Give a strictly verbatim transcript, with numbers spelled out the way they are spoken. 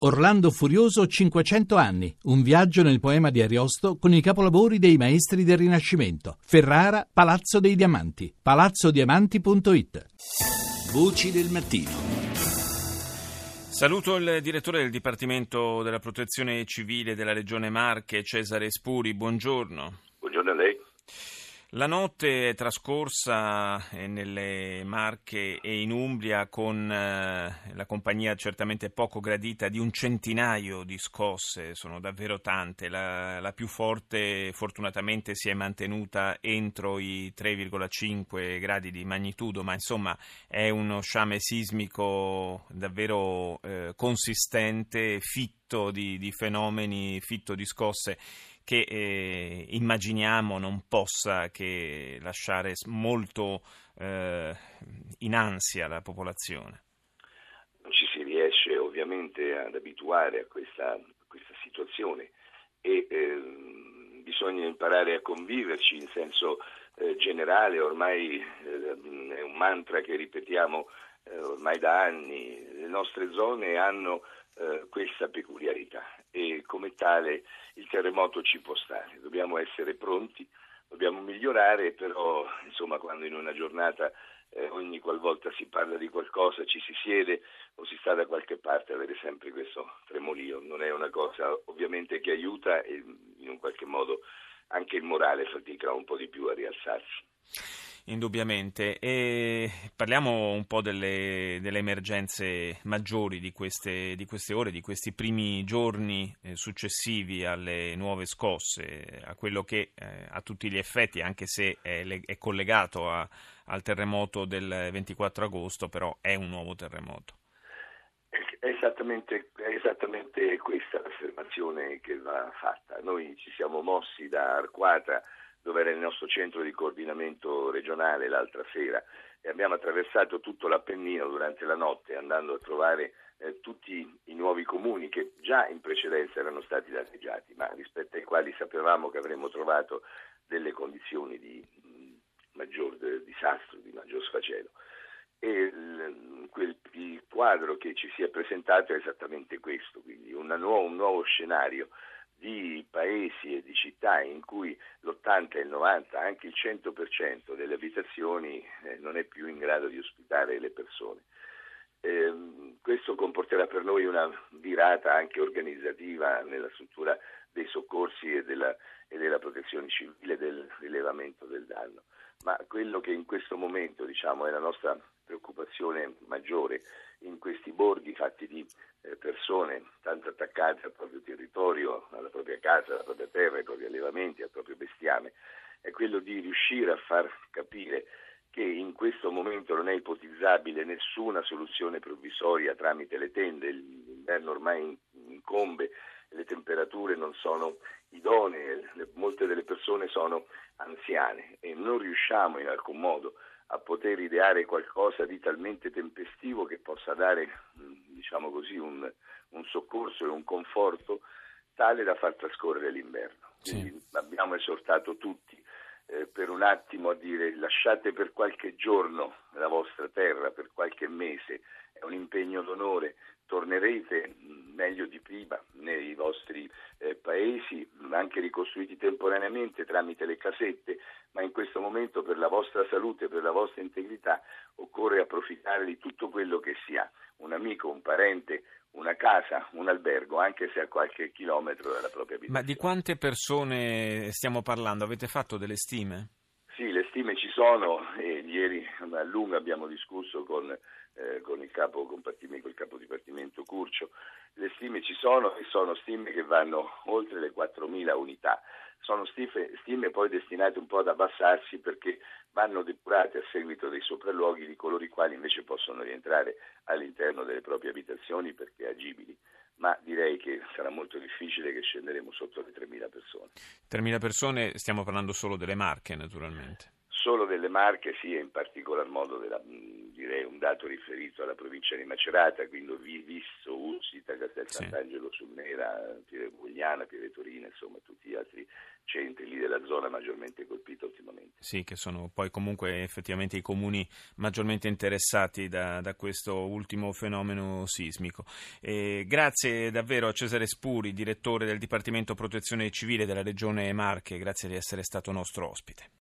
Orlando Furioso cinquecento anni, un viaggio nel poema di Ariosto con i capolavori dei maestri del Rinascimento. Ferrara, Palazzo dei Diamanti, palazzo diamanti punto it. Voci del mattino. Saluto il direttore del Dipartimento della Protezione Civile della Regione Marche, Cesare Spuri, buongiorno. Buongiorno a lei. La notte è trascorsa nelle Marche e in Umbria con eh, la compagnia certamente poco gradita di un centinaio di scosse, sono davvero tante. La, la più forte fortunatamente si è mantenuta entro i tre virgola cinque gradi di magnitudo, ma insomma è uno sciame sismico davvero eh, consistente, fitto di, di fenomeni, fitto di scosse che eh, immaginiamo non possa che lasciare molto eh, in ansia la popolazione. Non ci si riesce ovviamente ad abituare a questa, a questa situazione e eh, bisogna imparare a conviverci in senso eh, generale, ormai eh, è un mantra che ripetiamo eh, ormai da anni. Le nostre zone hanno eh, questa peculiarità e come tale il terremoto ci può stare, dobbiamo essere pronti, dobbiamo migliorare, però insomma quando in una giornata eh, ogni qualvolta si parla di qualcosa ci si siede o si sta da qualche parte, avere sempre questo tremolio non è una cosa ovviamente che aiuta e in un qualche modo anche il morale fatica un po' di più a rialzarsi. Indubbiamente. E parliamo un po' delle, delle emergenze maggiori di queste, di queste ore, di questi primi giorni eh, successivi alle nuove scosse, a quello che eh, a tutti gli effetti, anche se è, è collegato a, al terremoto del ventiquattro agosto, però è un nuovo terremoto. È esattamente, è esattamente questa l'affermazione che va fatta. Noi ci siamo mossi da Arquata, dove era il nostro centro di coordinamento regionale l'altra sera, e abbiamo attraversato tutto l'Appennino durante la notte andando a trovare eh, tutti i nuovi comuni che già in precedenza erano stati danneggiati, ma rispetto ai quali sapevamo che avremmo trovato delle condizioni di mh, maggior de, disastro, di maggior sfacelo. E il, quel, il quadro che ci si è presentato è esattamente questo, quindi una nuovo, un nuovo scenario di paesi e di città in cui l'ottanta, il novanta, anche il cento per cento delle abitazioni eh, non è più in grado di ospitare le persone. Eh, questo comporterà per noi una virata anche organizzativa nella struttura dei soccorsi e della, e della protezione civile, del rilevamento del danno. Ma quello che in questo momento diciamo è la nostra preoccupazione maggiore in questi borghi fatti di eh, persone tanto attaccate al proprio territorio, alla propria casa, alla propria terra, ai propri allevamenti, al proprio bestiame, è quello di riuscire a far capire che in questo momento non è ipotizzabile nessuna soluzione provvisoria tramite le tende, l'inverno ormai incombe, le temperature non sono idonee, le, molte delle persone sono anziane e non riusciamo in alcun modo a poter ideare qualcosa di talmente tempestivo che possa dare, diciamo così, un, un soccorso e un conforto tale da far trascorrere l'inverno. Quindi sì. Abbiamo esortato tutti eh, per un attimo a dire lasciate per qualche giorno la vostra terra, per qualche mese, è un impegno d'onore, tornerete meglio di prima nei vostri eh, paesi, anche ricostruiti temporaneamente tramite le casette, ma in questo momento per la vostra salute, per la vostra integrità occorre approfittare di tutto quello che si ha, un amico, un parente, una casa, un albergo, anche se a qualche chilometro dalla propria abitazione. Ma di quante persone stiamo parlando? Avete fatto delle stime? Sì, le stime ci sono e ieri a lungo abbiamo discusso con, eh, con il capo compartimento, il capo dipartimento Curcio. Le stime ci sono e sono stime che vanno oltre le quattromila unità. Sono stime, stime poi destinate un po' ad abbassarsi perché vanno depurate a seguito dei sopralluoghi di coloro i quali invece possono rientrare all'interno delle proprie abitazioni perché agibili. Ma direi che sarà molto difficile che scenderemo sotto le tremila persone. tremila persone, stiamo parlando solo delle Marche naturalmente. Solo delle Marche, sì, e in particolar modo della, direi dire un dato riferito alla provincia di Macerata, quindi Visso, Ursita, Castel sì. Sant'Angelo sul Nera, Pieve Torina, insomma tutti gli altri centri lì della zona maggiormente colpita ultimamente. Sì, che sono poi comunque effettivamente i comuni maggiormente interessati da, da questo ultimo fenomeno sismico. E grazie davvero a Cesare Spuri, direttore del Dipartimento Protezione Civile della Regione Marche, grazie di essere stato nostro ospite.